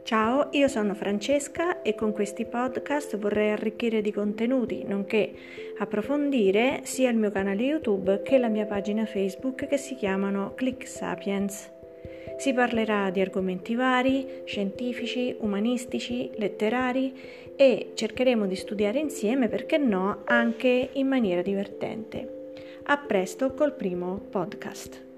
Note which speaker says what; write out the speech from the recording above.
Speaker 1: Ciao, io sono Francesca e con questi podcast vorrei arricchire di contenuti, nonché approfondire sia il mio canale YouTube che la mia pagina Facebook che si chiamano Click Sapiens. Si parlerà di argomenti vari, scientifici, umanistici, letterari e cercheremo di studiare insieme, perché no, anche in maniera divertente. A presto col primo podcast.